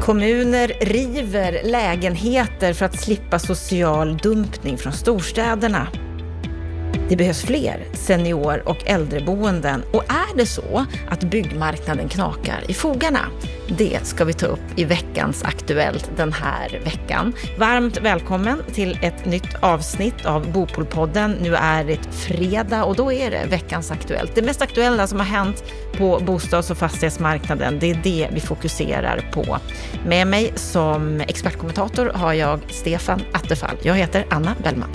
Kommuner river lägenheter för att slippa social dumpning från storstäderna. Det behövs fler senior- och äldreboenden. Och är det så att byggmarknaden knakar i fogarna? Det ska vi ta upp i veckans Aktuellt den här veckan. Varmt välkommen till ett nytt avsnitt av Bopolpodden. Nu är det fredag och då är det veckans Aktuellt. Det mest aktuella som har hänt på bostads- och fastighetsmarknaden, det är det vi fokuserar på. Med mig som expertkommentator har jag Stefan Attefall. Jag heter Anna Bellman.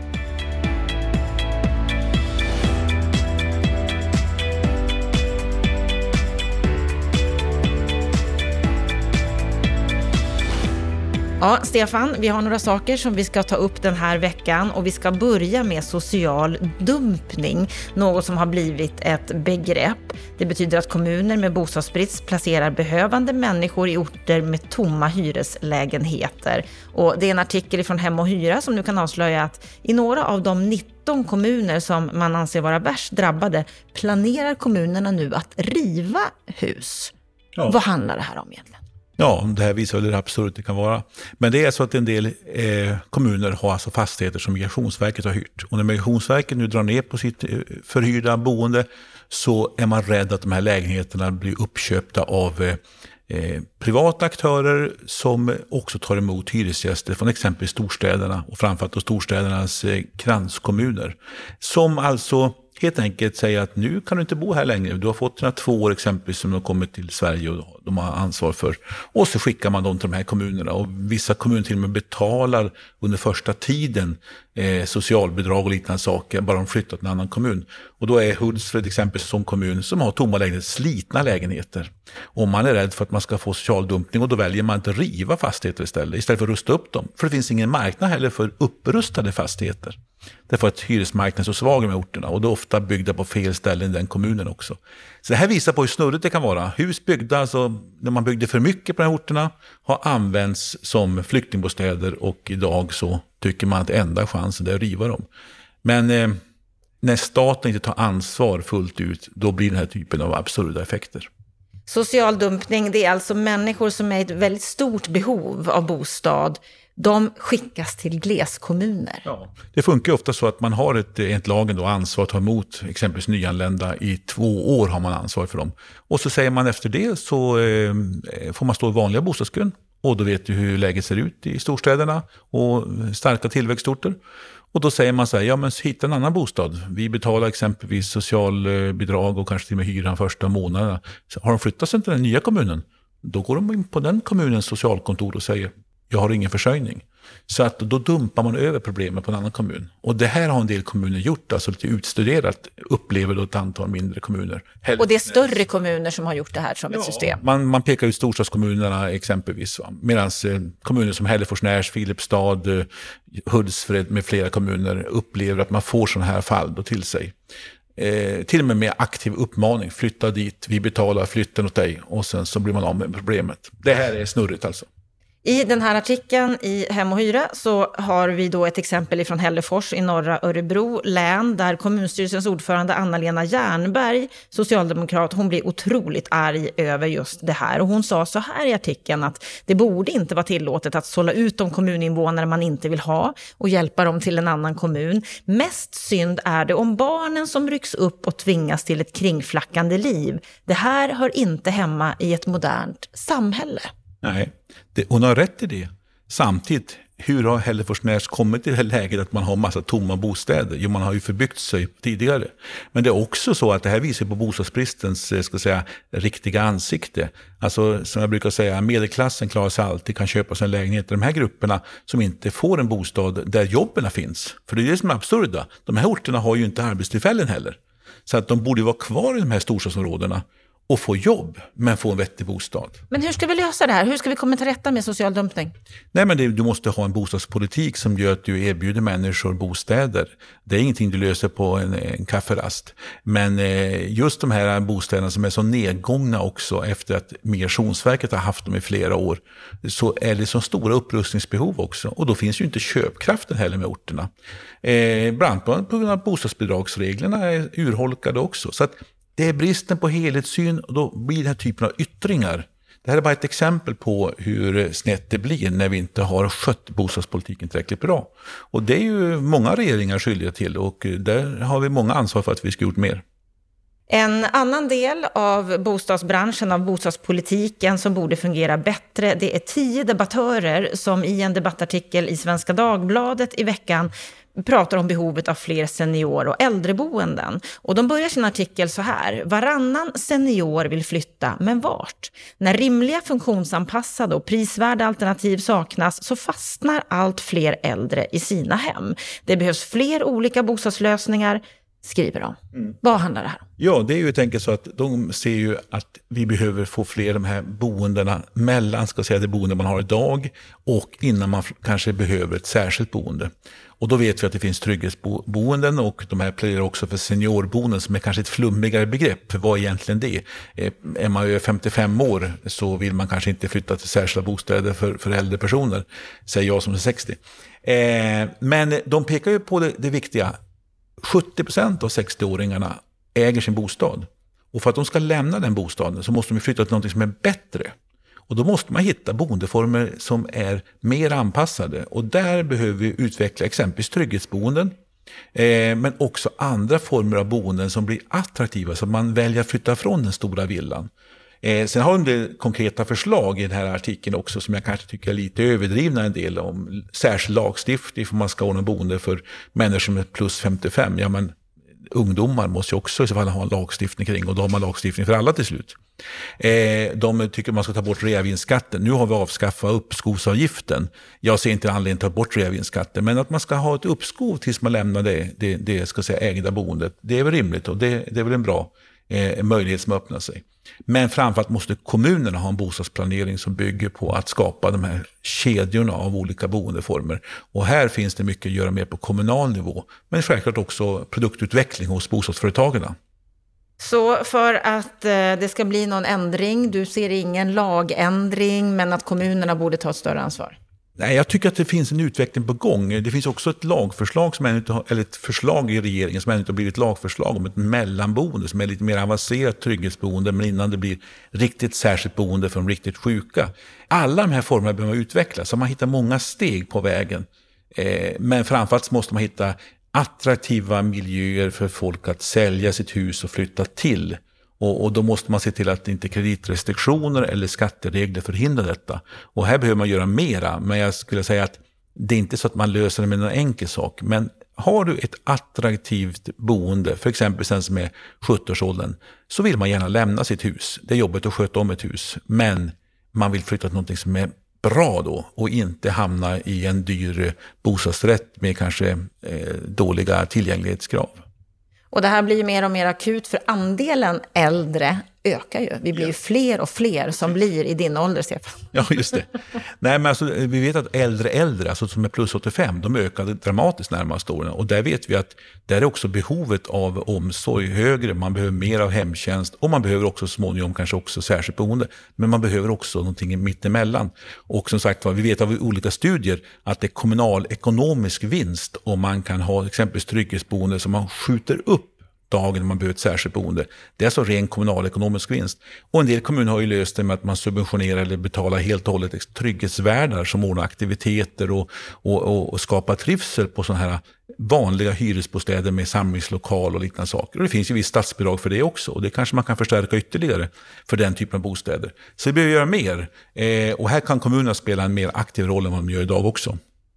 Ja, Stefan, vi har några saker som vi ska ta upp den här veckan och vi ska börja med social dumpning, något som har blivit ett begrepp. Det betyder att kommuner med bostadsbrist placerar behövande människor i orter med tomma hyreslägenheter. Och det är en artikel från Hem och Hyra som nu kan avslöja att i några av de 19 kommuner som man anser vara värst drabbade planerar kommunerna nu att riva hus. Ja. Vad handlar det här om egentligen? Ja, det här visar hur absurt det kan vara. Men det är så att en del kommuner har alltså fastigheter som Migrationsverket har hyrt. Och när Migrationsverket nu drar ner på sitt förhyrda boende så är man rädd att de här lägenheterna blir uppköpta av privata aktörer som också tar emot hyresgäster från exempelvis storstäderna och framförallt storstädernas kranskommuner. Som alltså helt enkelt säger att nu kan du inte bo här längre. Du har fått dina 2 år exempelvis som de har kommit till Sverige och de har ansvar för. Och så skickar man dem till de här kommunerna. Och vissa kommuner till och med betalar under första tiden socialbidrag och liknande saker. Bara de flyttat till en annan kommun. Och då är Hultsfred exempelvis som kommun som har tomma lägenheter, slitna lägenheter. Och man är rädd för att man ska få social dumpning och då väljer man att riva fastigheter istället för att rusta upp dem. För det finns ingen marknad heller för upprustade fastigheter. Därför att hyresmarknaden är så svag med orterna och det är ofta byggda på fel ställen i den kommunen också. Så det här visar på hur snurrigt det kan vara. Hus byggda, alltså när man byggde för mycket på de här orterna, har använts som flyktingbostäder och idag så tycker man att enda chansen är att riva dem. Men när staten inte tar ansvar fullt ut, då blir den här typen av absurda effekter. Social dumpning, det är alltså människor som är i ett väldigt stort behov av bostad. De skickas till gleskommuner. Ja, det funkar ju ofta så att man har ett lagen då ansvar att ta emot exempelvis nyanlända. I 2 år har man ansvar för dem. Och så säger man efter det så får man stå i vanliga bostadskön. Och då vet du hur läget ser ut i storstäderna och starka tillväxtorter. Och då säger man så här, ja men hitta en annan bostad. Vi betalar exempelvis socialbidrag och kanske till och med hyran första månaderna. Så har de flyttat sig till den nya kommunen, då går de in på den kommunens socialkontor och säger, jag har ingen försörjning. Så att då dumpar man över problemet på en annan kommun. Och det här har en del kommuner gjort, alltså lite utstuderat, upplever då ett antal mindre kommuner. Och det är större kommuner som har gjort det här som ett system? Man pekar ut storstadskommunerna exempelvis. Medan kommuner som Hällefors, Filipstad, Hultsfred med flera kommuner upplever att man får sådana här fall då till sig. Till och med aktiv uppmaning, flytta dit, vi betalar flytten åt dig och sen så blir man av med problemet. Det här är snurrigt alltså. I den här artikeln i Hem och Hyra så har vi då ett exempel från Hällefors i norra Örebro län där kommunstyrelsens ordförande Anna-Lena Jernberg, socialdemokrat, hon blir otroligt arg över just det här. Och hon sa så här i artikeln att det borde inte vara tillåtet att sålla ut de kommuninvånare man inte vill ha och hjälpa dem till en annan kommun. Mest synd är det om barnen som rycks upp och tvingas till ett kringflackande liv. Det här hör inte hemma i ett modernt samhälle. Nej, hon har rätt i det. Samtidigt, hur har Hälleforsnäs kommit till det här läget att man har massa tomma bostäder? Jo, man har ju förbyggt sig tidigare. Men det är också så att det här visar på bostadsbristens riktiga ansikte. Alltså som jag brukar säga, medelklassen klarar sig alltid, kan köpa sig en lägenhet. De här grupperna som inte får en bostad där jobben finns. För det är det som är absurda. De här orterna har ju inte arbetstillfällen heller. Så att de borde vara kvar i de här storstadsområdena och få jobb, men få en vettig bostad. Men hur ska vi lösa det här? Hur ska vi komma till rätta med social dumpning? Nej, men du måste ha en bostadspolitik som gör att du erbjuder människor bostäder. Det är ingenting du löser på en kafferast. Men just de här bostäderna som är så nedgångna också efter att Migrationsverket har haft dem i flera år, så är det så stora upprustningsbehov också. Och då finns ju inte köpkraften heller med orterna. Bland annat på grund av bostadsbidragsreglerna är urholkade också. Så att det är bristen på helhetssyn och då blir den här typen av yttringar. Det här är bara ett exempel på hur snett det blir när vi inte har skött bostadspolitiken tillräckligt bra. Och det är ju många regeringar skyldiga till, och där har vi många ansvar för att vi ska gjort mer. En annan del av bostadsbranschen, av bostadspolitiken som borde fungera bättre, det är 10 debattörer som i en debattartikel i Svenska Dagbladet i veckan pratar om behovet av fler senior- och äldreboenden. Och de börjar sin artikel så här: varannan senior vill flytta, men vart? När rimliga, funktionsanpassade och prisvärda alternativ saknas så fastnar allt fler äldre i sina hem. Det behövs fler olika bostadslösningar, skriver de. Vad handlar det här om? Ja, det är ju helt enkelt så att de ser ju att vi behöver få fler de här boendena mellan, ska säga, det boende man har idag och innan man kanske behöver ett särskilt boende. Och då vet vi att det finns trygghetsboenden, och de här pläderar också för seniorboenden som är kanske ett flummigare begrepp. Vad är egentligen det? Är man över 55 år så vill man kanske inte flytta till särskilda bostäder för äldre personer, säger jag som är 60. Men de pekar ju på det viktiga. 70% av 60-åringarna äger sin bostad. Och för att de ska lämna den bostaden så måste de flytta till något som är bättre. Och då måste man hitta boendeformer som är mer anpassade. Och där behöver vi utveckla exempelvis trygghetsboenden. Men också andra former av boenden som blir attraktiva, så att man väljer att flytta från den stora villan. Sen har de det konkreta förslag i den här artikeln också som jag kanske tycker är lite överdrivna en del, om särskild lagstiftning för man ska ordna boende för människor som är plus 55. Ja, men ungdomar måste ju också i så fall ha en lagstiftning kring, och då har man lagstiftning för alla till slut. De tycker man ska ta bort reavinstskatten. Nu har vi avskaffat uppskovsavgiften. Jag ser inte anledning att ta bort reavinstskatten, men att man ska ha ett uppskov tills man lämnar det ska säga ägda boendet. Det är väl rimligt, och det är väl en bra möjlighet som öppnar sig. Men framförallt måste kommunerna ha en bostadsplanering som bygger på att skapa de här kedjorna av olika boendeformer. Och här finns det mycket att göra mer på kommunal nivå, men självklart också produktutveckling hos bostadsföretagarna. Så för att det ska bli någon ändring, du ser ingen lagändring, men att kommunerna borde ta ett större ansvar? Nej, jag tycker att det finns en utveckling på gång. Det finns också ett lagförslag eller ett förslag i regeringen som ännu inte har blivit lagförslag om ett mellanboende som är lite mer avancerat trygghetsboende, men innan det blir riktigt särskilt boende för de riktigt sjuka. Alla de här formerna behöver utvecklas, så man hittar många steg på vägen. Men framförallt måste man hitta attraktiva miljöer för folk att sälja sitt hus och flytta till. Och då måste man se till att inte kreditrestriktioner eller skatteregler förhindrar detta. Och här behöver man göra mera, men jag skulle säga att det är inte så att man löser det med någon enkel sak. Men har du ett attraktivt boende, för exempel sen som är 70-årsåldern, så vill man gärna lämna sitt hus. Det är jobbigt att sköta om ett hus, men man vill flytta till något som är bra då och inte hamna i en dyr bostadsrätt med kanske dåliga tillgänglighetskrav. Och det här blir ju mer och mer akut, för andelen äldre ökar ju. Vi blir ju fler och fler som blir i din ålder, Stefan. Ja, just det. Nej, men alltså, vi vet att äldre, alltså som är plus 85, de ökar dramatiskt närmaste åren. Och där vet vi att där är också behovet av omsorg högre. Man behöver mer av hemtjänst, och man behöver också småningom kanske också särskilt boende. Men man behöver också någonting mittemellan. Och som sagt, vi vet av olika studier att det är kommunalekonomisk vinst om man kan ha exempelvis trygghetsboende som man skjuter upp dagen man behöver ett särskilt boende. Det är alltså ren kommunalekonomisk vinst. Och en del kommuner har ju löst det med att man subventionerar eller betalar helt och hållet trygghetsvärdar som ordnar aktiviteter och skapar trivsel på sådana här vanliga hyresbostäder med samlingslokal och liknande saker. Och det finns ju viss statsbidrag för det också, och det kanske man kan förstärka ytterligare för den typen av bostäder. Så vi behöver göra mer, och här kan kommunerna spela en mer aktiv roll än vad de gör idag också.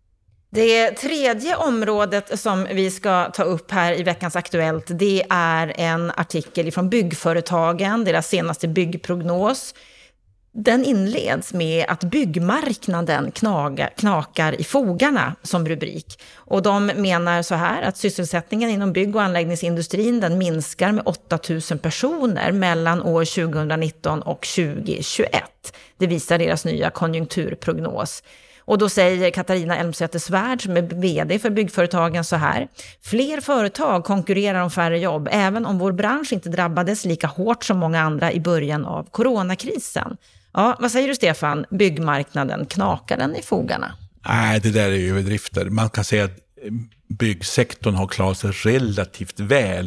Det tredje området som vi ska ta upp här i veckans Aktuellt, det är en artikel från Byggföretagen, deras senaste byggprognos. Den inleds med att byggmarknaden knakar i fogarna som rubrik. Och de menar så här att sysselsättningen inom bygg- och anläggningsindustrin den minskar med 8 000 personer mellan år 2019 och 2021. Det visar deras nya konjunkturprognos. Och då säger Katarina Elmsäter-Svärd, som är vd för Byggföretagen, så här: fler företag konkurrerar om färre jobb, även om vår bransch inte drabbades lika hårt som många andra i början av coronakrisen. Ja, vad säger du, Stefan? Byggmarknaden, knakar den i fogarna? Nej, det där är överdrifter. Man kan säga att byggsektorn har klarat sig relativt väl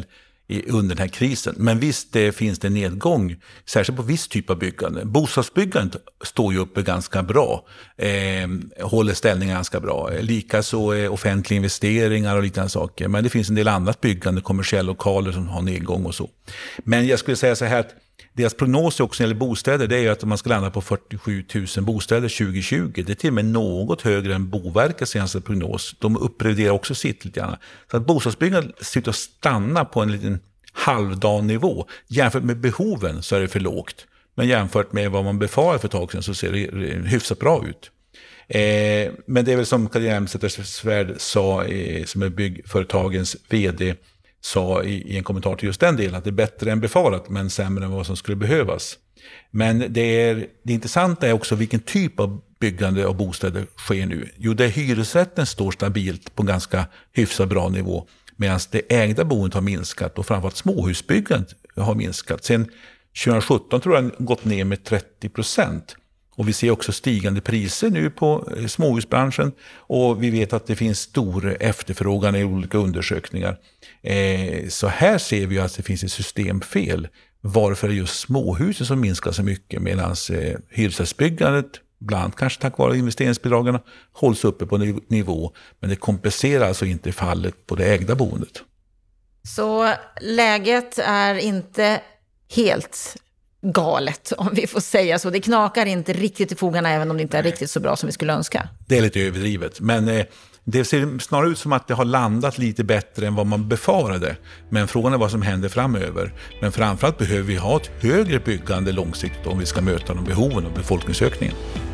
under den här krisen. Men visst finns det nedgång, särskilt på viss typ av byggande. Bostadsbyggandet står ju uppe ganska bra, håller ställningen ganska bra. Likaså offentliga investeringar och liknande saker. Men det finns en del annat byggande, kommersiella lokaler som har nedgång och så. Men jag skulle säga så här att deras prognos också när det gäller bostäder, det är ju att man ska landa på 47 000 bostäder 2020. Det är till och med något högre än Boverkets senaste prognos. De uppreviderar också sitt lite grann. Så att bostadsbyggandet sitter och stannar på en liten halvdan nivå. Jämfört med behoven så är det för lågt. Men jämfört med vad man befarar för ett tag sedan så ser det hyfsat bra ut. Men det är väl som Carina Elmsäter-Svärd sa, som är byggföretagens vd, sa i en kommentar till just den delen, att det är bättre än befarat men sämre än vad som skulle behövas. Men det intressanta är också vilken typ av byggande av bostäder sker nu. Jo, där hyresrätten står stabilt på en ganska hyfsat bra nivå, medan det ägda boendet har minskat och framförallt småhusbyggandet har minskat. Sen 2017 tror jag det har gått ner med 30%. Och vi ser också stigande priser nu på småhusbranschen och vi vet att det finns stor efterfrågan i olika undersökningar. Så här ser vi att det finns ett systemfel. Varför är det just småhusen som minskar så mycket medan hyresrättsbyggandet, bland kanske tack vare investeringsbidragen, hålls uppe på nivå. Men det kompenserar alltså inte fallet på det ägda boendet. Så läget är inte helt galet, om vi får säga så. Det knakar inte riktigt i fogarna, även om det inte är riktigt så bra som vi skulle önska. Det är lite överdrivet, men det ser snarare ut som att det har landat lite bättre än vad man befarade. Men frågan är vad som händer framöver. Men framförallt behöver vi ha ett högre byggande långsiktigt om vi ska möta de behoven och befolkningsökningen.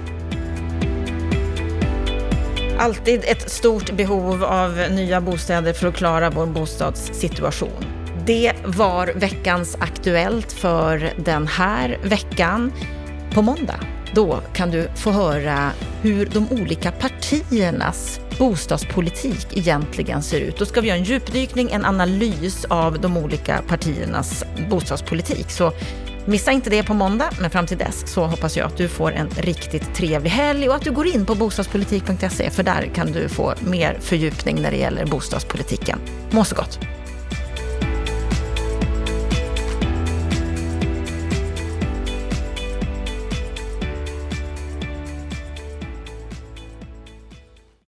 Alltid ett stort behov av nya bostäder för att klara vår bostadssituation. Det var veckans Aktuellt för den här veckan. På måndag, då kan du få höra hur de olika partiernas bostadspolitik egentligen ser ut. Då ska vi göra en djupdykning, en analys av de olika partiernas bostadspolitik. Så missa inte det på måndag, men fram till dess så hoppas jag att du får en riktigt trevlig helg och att du går in på bostadspolitik.se, för där kan du få mer fördjupning när det gäller bostadspolitiken. Må så gott!